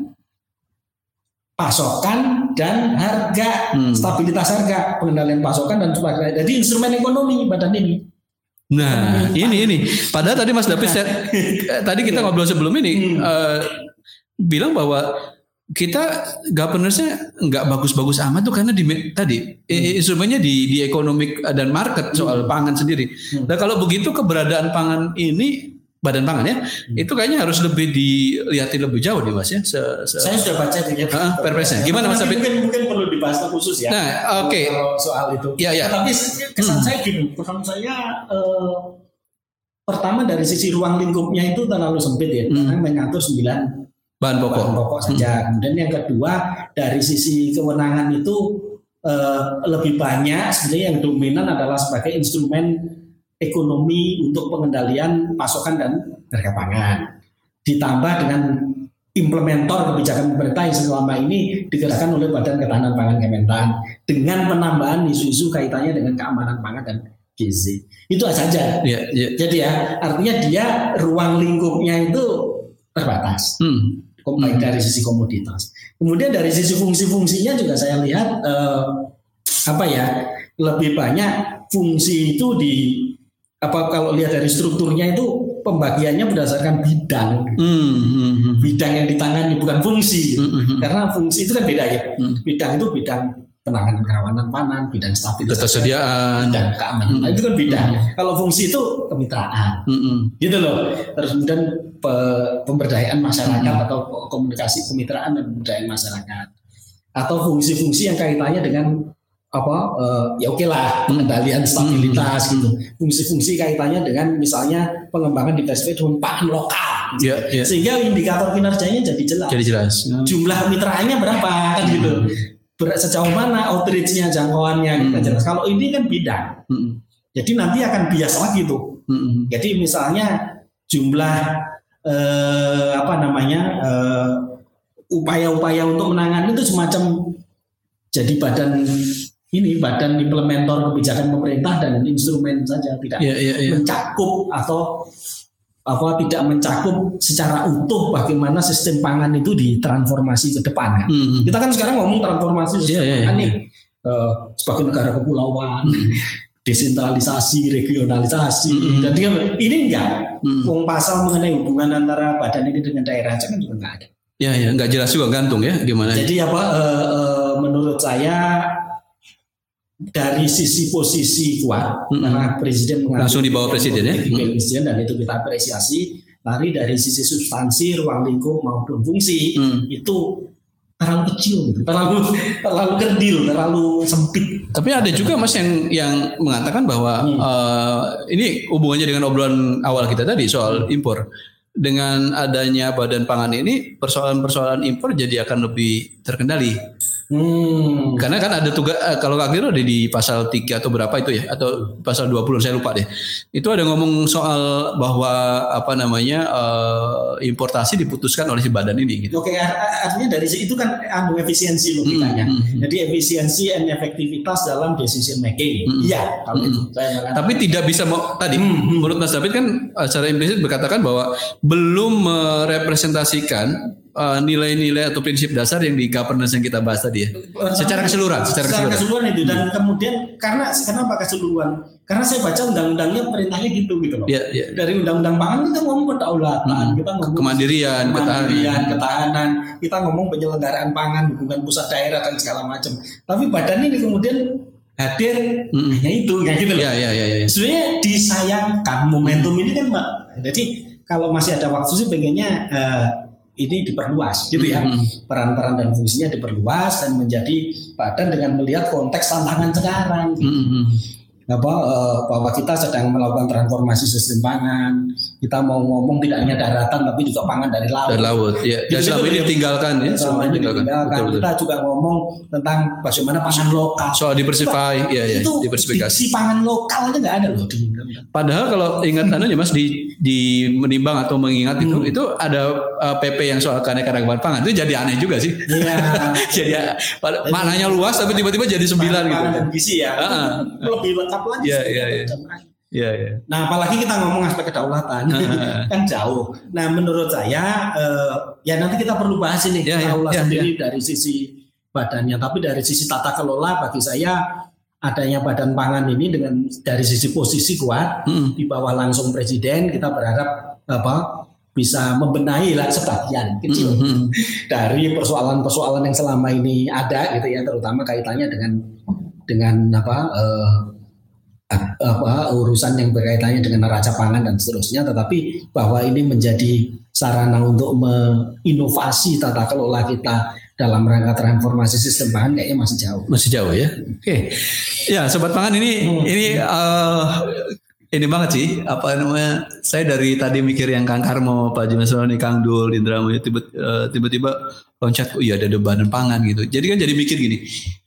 pasokan dan harga hmm. stabilitas harga pengendalian pasokan dan sebagainya jadi instrumen ekonomi badan ini. Nah ini ini padahal tadi Mas David saya, tadi kita ngobrol sebelum ini uh, bilang bahwa kita governance-nya nggak bagus-bagus amat tuh karena di, tadi hmm. instrumennya di, di ekonomi dan market soal pangan sendiri. Nah kalau begitu keberadaan pangan ini badan pangan ya hmm. itu kayaknya harus lebih dilihat lebih jauh nih Mas ya. Se, se, saya sudah baca di uh, Perpresnya. Gimana Mas David? Mungkin mungkin perlu dibahas khusus ya. Nah oke okay. soal itu. Ya, ya. Tapi kesan hmm. saya gini, kesan saya eh, pertama dari sisi ruang lingkupnya itu terlalu sempit ya, hmm. karena mengatur sembilan bahan pokok, bahan pokok saja. Hmm. Kemudian yang kedua dari sisi kewenangan itu eh, lebih banyak sebenarnya yang dominan adalah sebagai instrumen ekonomi untuk pengendalian pasokan dan harga pangan. Ditambah dengan implementer kebijakan pemerintah yang selama ini digerakkan oleh Badan Ketahanan Pangan Kementan dengan penambahan isu-isu kaitannya dengan keamanan pangan dan gizi. Itu saja. Ya, ya. Jadi ya artinya dia ruang lingkupnya itu terbatas. Hmm. Baik dari sisi komoditas. Kemudian dari sisi fungsi-fungsinya juga saya lihat eh, apa ya lebih banyak fungsi itu di apa kalau lihat dari strukturnya itu pembagiannya berdasarkan bidang, Hmm. bidang yang ditangani bukan fungsi, Hmm. karena fungsi itu kan beda ya. Hmm. Bidang itu bidang penanganan kerawanan pangan, bidang stabilitas, Ketersediaan, bidang keamanan, Hmm. itu kan bidang. Hmm. Kalau fungsi itu kemitraan, Hmm. gitu loh. Terus kemudian pe- pemberdayaan masyarakat Hmm. atau komunikasi kemitraan dan pemberdayaan masyarakat, atau fungsi-fungsi yang kaitannya dengan apa eh, ya oke lah pengendalian stabilitas Hmm. gitu, fungsi-fungsi kaitannya dengan misalnya pengembangan diversifikasi pangan lokal gitu. Ya, ya. Sehingga indikator kinerjanya jadi jelas, Jadi jelas. jumlah mitraannya berapa kan gitu, Ber- sejauh mana outreach-nya, jangkauannya gitu Hmm. jelas. Kalau ini kan bidang, Hmm. jadi nanti akan bias lagi tuh. Hmm. Jadi misalnya jumlah eh, apa namanya eh, upaya-upaya untuk menangani itu semacam jadi badan ini badan implementer kebijakan pemerintah dan instrumen saja, tidak Ya, ya, ya. mencakup atau apa tidak mencakup secara utuh bagaimana sistem pangan itu ditransformasi ke depan kan. Hmm. Kita kan sekarang ngomong transformasi sistem Ya, ya, ya. pangan nih eh, sebagai negara kepulauan, desentralisasi, regionalisasi. Hmm. Dan dia ini enggak. Hmm. Wong pasal mengenai hubungan antara badan ini dengan daerah aja kan juga enggak ada. Ya, ya, nggak jelas juga, gantung ya gimana. Jadi apa eh, eh, menurut saya dari sisi posisi kuat, Mm-mm. karena presiden mengambil Langsung di bawah presiden ya? politik presiden, dan itu kita apresiasi. Tapi dari sisi substansi, ruang lingkup maupun fungsi Hmm. itu terlalu kecil, gitu. terlalu terlalu kerdil, terlalu sempit. Tapi ada juga Mas yang yang mengatakan bahwa Hmm. eh, ini hubungannya dengan obrolan awal kita tadi soal impor. Dengan adanya Badan Pangan ini, persoalan-persoalan impor jadi akan lebih terkendali. Hmm. Karena kan ada tugas, eh, kalau Kak Giro ada di pasal tiga atau berapa itu ya, atau pasal dua puluh saya lupa deh. Itu ada ngomong soal bahwa apa namanya eh, importasi diputuskan oleh si badan ini gitu. Oke, ar- artinya dari situ kan anu efisiensi logikanya. Hmm, hmm, hmm. Jadi efisiensi dan efektivitas dalam decision making. Hmm. Iya, kalau Hmm. itu saya mengatakan. Tapi tidak bisa mau, tadi Hmm. menurut Mas David kan eh, secara implisit berkatakan bahwa belum merepresentasikan eh, nilai-nilai atau prinsip dasar yang di governance yang kita bahas tadi ya. Secara keseluruhan, secara keseluruhan. keseluruhan itu, dan kemudian karena kenapa keseluruhan? Karena saya baca undang-undangnya perintahnya gitu gitu loh. Ya, ya. Dari undang-undang pangan kita ngomong kedaulatan, Hmm. kita ngomong Kemandirian, kemandirian, ketahanan. ketahanan, kita ngomong penyelenggaraan pangan, hubungan pusat daerah dan segala macam. Tapi badan ini kemudian hadir Hmm. hanya itu, kayak gitu loh. Ya, ya, ya, ya. Sebenarnya disayangkan momentum ini kan, Mbak. Jadi kalau masih ada waktu sih pengennya eh, ini diperluas gitu ya, Hmm. peran-peran dan fungsinya diperluas dan menjadi badan dengan melihat konteks tantangan sekarang gitu. Hmm. apa eh, bahwa kita sedang melakukan transformasi sistem pangan, kita mau ngomong tidak hanya daratan tapi juga pangan dari laut. Dari laut, ya. Dan Gitu, selama gitu, ini gitu. ditinggalkan ya, Selama selama ini ini ditinggalkan. ditinggalkan. Betul, betul. Kita juga ngomong tentang bagaimana pangan lokal. Soal diversify, ya, ya, Itu diversifikasi. si pangan lokal aja nggak ada loh di undang-undang. Padahal kalau ingat anunya Mas di di menimbang atau mengingat itu Hmm. itu ada uh, P P yang soal keanekaragaman pangan itu jadi aneh juga sih. Iya. Jadi uh, pada- maknanya luas tapi tiba-tiba jadi sembilan gitu. Pangan dan gizi ya. Ah. Lebih lengkap lagi. Iya, iya, iya. Iya, iya. Nah, apalagi kita ngomong aspek kedaulatan, Ah. kan jauh. Nah, menurut saya, eh, ya nanti kita perlu bahas ini, Ya, kita ya, ulas ya, sendiri dari sisi badannya. Tapi dari sisi tata kelola, bagi saya adanya Badan Pangan ini dengan dari sisi posisi kuat Hmm. di bawah langsung Presiden, kita berharap apa bisa membenahi lah sebagian kecil Hmm. dari persoalan-persoalan yang selama ini ada, gitu ya, terutama kaitannya dengan dengan apa. Eh, apa urusan yang berkaitannya dengan neraca pangan dan seterusnya, tetapi bahwa ini menjadi sarana untuk menginovasi tata kelola kita dalam rangka transformasi sistem pangan kayaknya masih jauh. Masih jauh ya. Oke. Ya, sobat pangan ini Hmm. ini uh, ini banget sih apa namanya? Saya dari tadi mikir yang Kang Karmo, Pak Jimasoni, Kang Dul, Indra, tiba, uh, tiba-tiba loncat, oh iya ada badan pangan gitu. Jadi kan jadi mikir gini.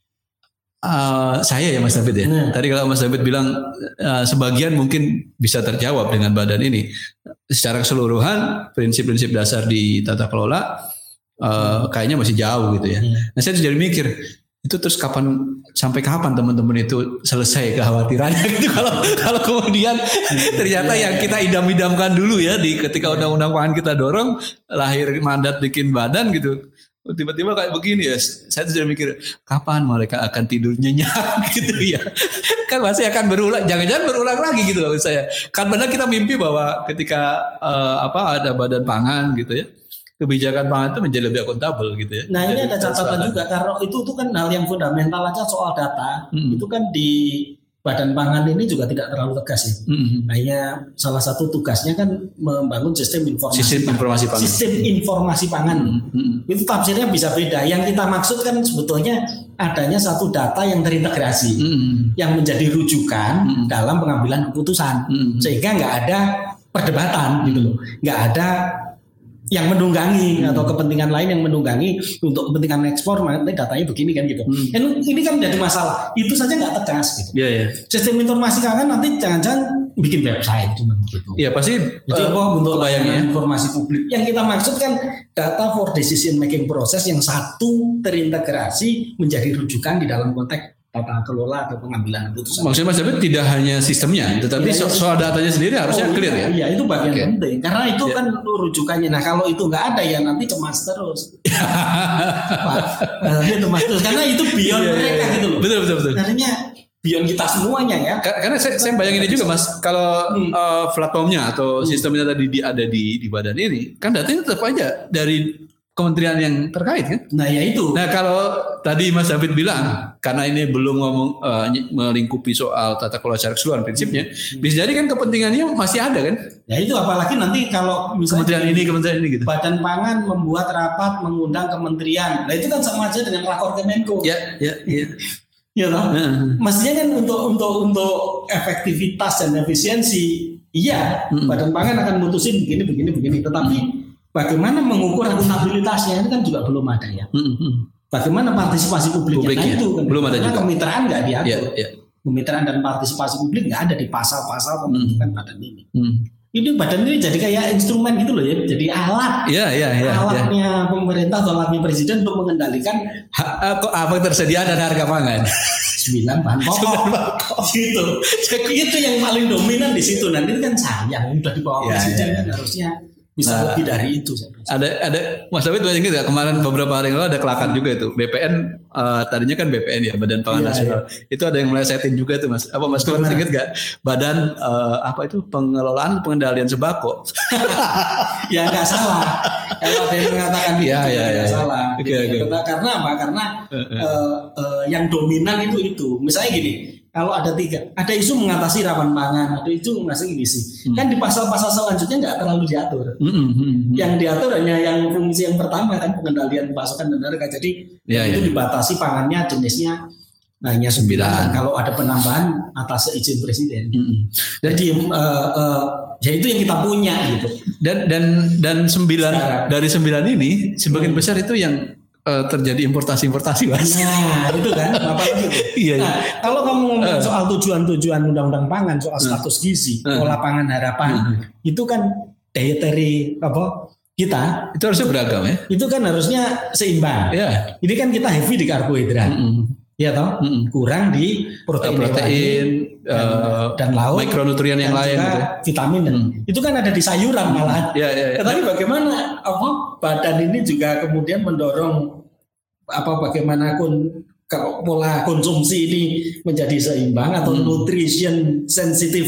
Uh, saya ya Mas David ya. Hmm. Tadi kalau Mas David bilang uh, sebagian mungkin bisa terjawab dengan badan ini. Secara keseluruhan prinsip-prinsip dasar di tata kelola uh, kayaknya masih jauh gitu ya. Hmm. Nah saya jadi mikir itu terus kapan sampai kapan teman-teman itu selesai kekhawatirannya gitu kalau kalau kemudian ternyata yang kita idam-idamkan dulu ya di ketika undang-undang pangan kita dorong lahir mandat bikin badan gitu. tiba-tiba kayak begini ya, saya sudah mikir kapan mereka akan tidur nyenyak gitu ya. Kan masih akan berulang, jangan-jangan berulang lagi gitu loh saya. Kan benar kita mimpi bahwa ketika uh, apa ada badan pangan gitu ya, kebijakan pangan itu menjadi lebih akuntabel gitu ya. Nah ini jadi, ada catatan juga karena itu itu kan hal yang fundamental aja soal data. Hmm. Itu kan di Badan Pangan ini juga tidak terlalu tegas ya. Mm-hmm. Hanya salah satu tugasnya kan membangun sistem informasi sistem pangan. informasi pangan. Sistem informasi pangan. Mm-hmm. Itu tafsirnya bisa beda. Yang kita maksud kan sebetulnya adanya satu data yang terintegrasi, mm-hmm. yang menjadi rujukan mm-hmm. dalam pengambilan keputusan, mm-hmm. sehingga nggak ada perdebatan gitu loh, nggak ada yang menunggangi hmm. atau kepentingan lain yang menunggangi untuk kepentingan ekspor, nanti datanya begini kan gitu. Hmm. Ini kan jadi masalah. Itu saja nggak tegas gitu. Yeah, yeah. Sistem informasi pangan nanti jangan-jangan bikin website cuma gitu. Iya pasti. Jadi uh, apa untuk layanan informasi publik. Yang kita maksud kan data for decision making process yang satu terintegrasi menjadi rujukan di dalam konteks tata kelola atau pengambilan keputusan. Maksudnya Mas David tidak hanya sistemnya, tetapi ya, so, soal datanya sendiri harusnya oh, clear ya. Iya, itu bagian okay. penting. Karena itu ya. kan rujukannya. Nah, kalau itu nggak ada ya nanti cemas terus. Nanti cemas terus karena itu beyond ya, mereka ya, ya. gitu loh. Betul betul betul. Artinya beyond kita semuanya ya. Karena saya, saya bayangin ini juga Mas, kalau hmm. uh, platformnya atau hmm. sistemnya tadi di, ada di di badan ini, kan datanya tetap aja dari kementerian yang terkait kan? Nah ya itu. Nah kalau tadi Mas David bilang karena ini belum ngomong uh, melingkupi soal tata kelola secara keseluruhan prinsipnya, hmm. bisa jadi kan kepentingannya masih ada kan? Ya itu apalagi nanti kalau misalnya kementerian ini kementerian ini gitu. Badan Pangan membuat rapat mengundang kementerian, nah itu kan sama aja dengan rakor Kemenko. Ya ya ya. Ya toh? Hmm. Mestinya kan untuk untuk untuk efektivitas dan efisiensi, iya hmm. Badan Pangan akan mutusin begini begini begini, tetapi hmm. bagaimana mengukur akuntabilitasnya ini kan juga belum ada ya. Hmm. Bagaimana partisipasi publiknya, publiknya. Nah, itu kan belum ada juga. Kemitraan nggak diatur. Yeah, yeah. Kemitraan dan partisipasi publik nggak ada di pasal-pasal pembentukan hmm. badan ini. Hmm. Ini badan ini jadi kayak instrumen gitu loh ya, jadi alat. Yeah, yeah, yeah, alatnya yeah. pemerintah atau alatnya presiden untuk mengendalikan ha, apa tersedia dan harga pangan. Sembilan bahan pokok. Gitu. Itu yang paling dominan di situ. Nanti kan sayang udah di bawah yeah, presiden yeah. kan harusnya bisa nah, lebih dari itu. Ada ada Mas David banyak gitu ya, kemarin beberapa hari yang lalu ada kelakan juga itu B P N uh, tadinya kan B P N ya Badan Pangan iya, Nasional iya. Itu ada yang melesetin juga tuh Mas apa Mas kemarin ingat gak Badan uh, apa itu pengelolaan pengendalian sembako. Ya nggak salah kalau ada yang mengatakan itu ya, ya, nggak ya, salah ya. Okay, okay. Karena apa karena uh, uh. Uh, uh, yang dominan itu itu misalnya gini. Kalau ada tiga, ada isu mengatasi rawan pangan, ada isu mengatasi gizi. Hmm. Kan di pasal-pasal selanjutnya nggak terlalu diatur. Hmm, hmm, hmm. Yang diatur hanya yang fungsi yang pertama kan pengendalian pasokan dan harga. Jadi ya, itu ya. dibatasi pangannya jenisnya hanya sembilan. Kalau ada penambahan atas izin presiden. Hmm. Jadi uh, uh, ya itu yang kita punya gitu. Dan dan dan sembilan sekarang. Dari sembilan ini sebagian hmm. besar itu yang Uh, terjadi importasi-importasi Mas. Nah itu kan apalagi itu. Iya, nah iya. Kalau kamu ngomong uh, soal tujuan-tujuan undang-undang pangan, soal status gizi, uh, pola pangan harapan, uh, itu kan dietary apa kita itu harusnya beragam ya. Itu kan harusnya seimbang. Yeah. Ini kan kita heavy di karbohidrat. Mm-hmm. Ya toh, mm-hmm. kurang di protein, protein dan, uh, dan lauk, mikronutrien yang lain, gitu. Vitamin dan mm. itu kan ada di sayuran malah. Ya, ya, ya. Tapi bagaimana apa badan ini juga kemudian mendorong apa bagaimana kun, pola konsumsi ini menjadi seimbang atau mm. nutrition sensitive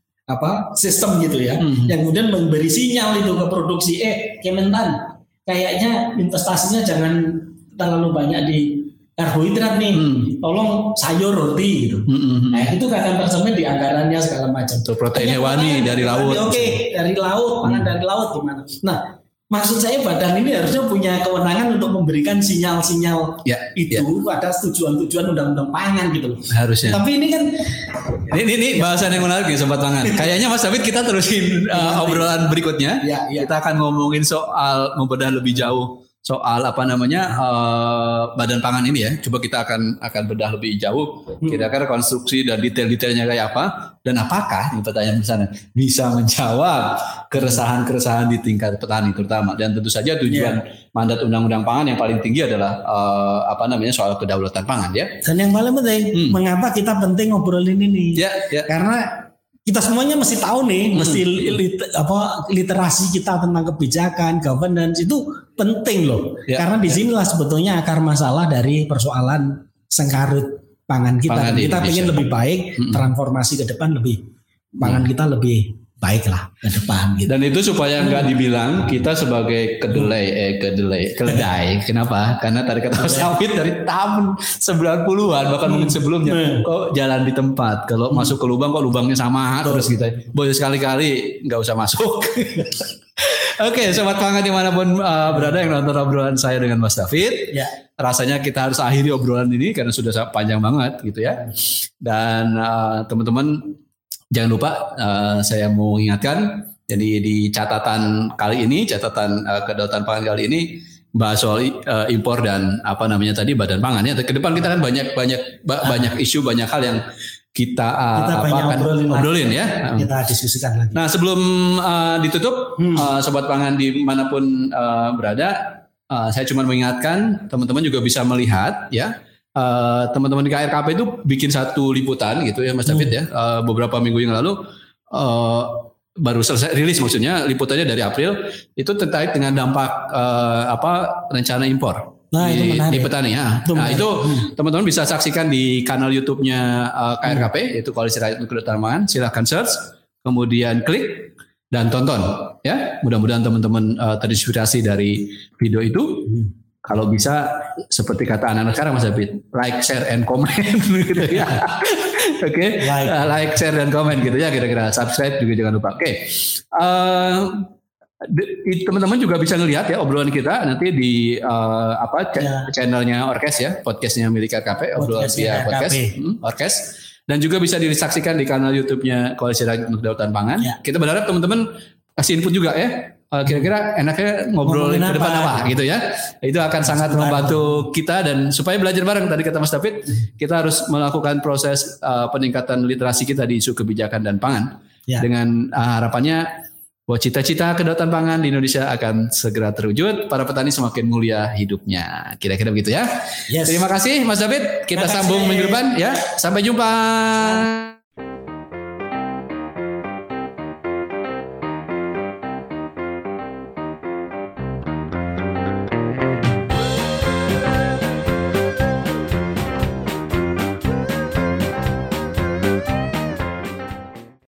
apa sistem gitu ya, mm. yang kemudian memberi sinyal itu ke produksi eh Kementan kayaknya investasinya jangan terlalu banyak di karbohidrat nih, hmm. tolong sayur roti gitu. Hmm. Nah itu akan tercermin di anggarannya segala macam. Tuh, protein hewani dari laut. Oke, okay, dari laut, pangan hmm. dari laut gimana? Nah, maksud saya badan ini harusnya punya kewenangan untuk memberikan sinyal-sinyal ya, itu ya. pada tujuan-tujuan undang-undang pangan gitu loh. Harusnya. Tapi ini kan ini ini, ini bahasan yang menarik nih sobat pangan. Kayaknya Mas David kita terusin uh, obrolan berikutnya. Ya, ya. Kita akan ngomongin soal membedah lebih jauh. Soal apa namanya uh, badan pangan ini ya, coba kita akan akan bedah lebih jauh. Kira-kira konstruksi dan detail-detailnya kayak apa dan apakah ini pertanyaan misalnya bisa menjawab keresahan-keresahan di tingkat petani terutama dan tentu saja tujuan yeah. mandat undang-undang pangan yang paling tinggi adalah uh, apa namanya soal kedaulatan pangan ya. Dan yang paling penting hmm. mengapa kita penting ngobrolin ini? Ya, ya. Karena kita semuanya mesti tahu nih, hmm. mesti lit, apa literasi kita tentang kebijakan, governance itu penting loh. Ya, Karena disinilah ya. sebetulnya akar masalah dari persoalan sengkarut pangan kita. Pangan kita ingin lebih baik, hmm. transformasi ke depan lebih pangan hmm. kita lebih baiklah ke depan gitu. Dan itu supaya nggak dibilang kita sebagai kedelai eh kedelai keledai. Kenapa? Karena tadi kata Mas David dari tahun sembilan puluhan bahkan mungkin sebelumnya kok jalan di tempat. Kalau hmm. masuk ke lubang kok lubangnya sama Betul. terus gitu. Boleh sekali-kali nggak usah masuk. Oke, sobat pangan dimanapun uh, berada yang nonton obrolan saya dengan Mas David. Ya. Rasanya kita harus akhiri obrolan ini karena sudah panjang banget gitu ya. Dan uh, teman-teman jangan lupa uh, saya mau ingatkan, jadi di catatan kali ini, catatan uh, kedaulatan pangan kali ini bahas soal uh, impor dan apa namanya tadi badan pangan ya. Ke depan kita kan banyak banyak ba- banyak isu, banyak hal yang kita, uh, kita apa akan obrolin, obrolin ya. Kita diskusikan lagi. Nah sebelum uh, ditutup, hmm. uh, sobat pangan dimanapun uh, berada, uh, saya cuma mengingatkan teman-teman juga bisa melihat ya. Uh, teman-teman di K R K P itu bikin satu liputan gitu ya Mas David hmm. ya uh, beberapa minggu yang lalu uh, baru selesai rilis maksudnya liputannya dari April itu terkait dengan dampak uh, apa rencana impor nah, di, itu di petani ya. Itu nah itu hmm. teman-teman bisa saksikan di kanal YouTube-nya uh, K R K P hmm. yaitu Koalisi Rakyat untuk Kedaulatan Pangan. Silahkan search kemudian klik dan tonton ya. Mudah-mudahan teman-teman uh, terinspirasi dari video itu. Hmm. Kalau bisa seperti kata anak-anak sekarang Mas David, like, share, and comment gitu ya. Oke, okay? like. Uh, like, share, dan comment gitu ya kira-kira. Subscribe juga jangan lupa. Oke, okay. uh, teman-teman juga bisa ngelihat ya obrolan kita nanti di uh, apa ya. channelnya Orkes ya, podcastnya milik K R K P, obrolan via podcast, hmm, Orkes. Dan juga bisa disaksikan di kanal YouTube-nya Koalisi Rakyat untuk Kedaulatan Pangan. Ya. Kita berharap teman-teman kasih input juga ya. Uh, kira-kira enaknya ngobrolin ke depan apa gitu ya. Itu akan sangat membantu kita dan supaya belajar bareng tadi kata Mas David, kita harus melakukan proses uh, peningkatan literasi kita di isu kebijakan dan pangan. Ya. Dengan uh, harapannya bahwa cita-cita kedaulatan pangan di Indonesia akan segera terwujud, para petani semakin mulia hidupnya. Kira-kira begitu ya. Yes. Terima kasih Mas David. Kita sambung minggu depan ya. Sampai jumpa.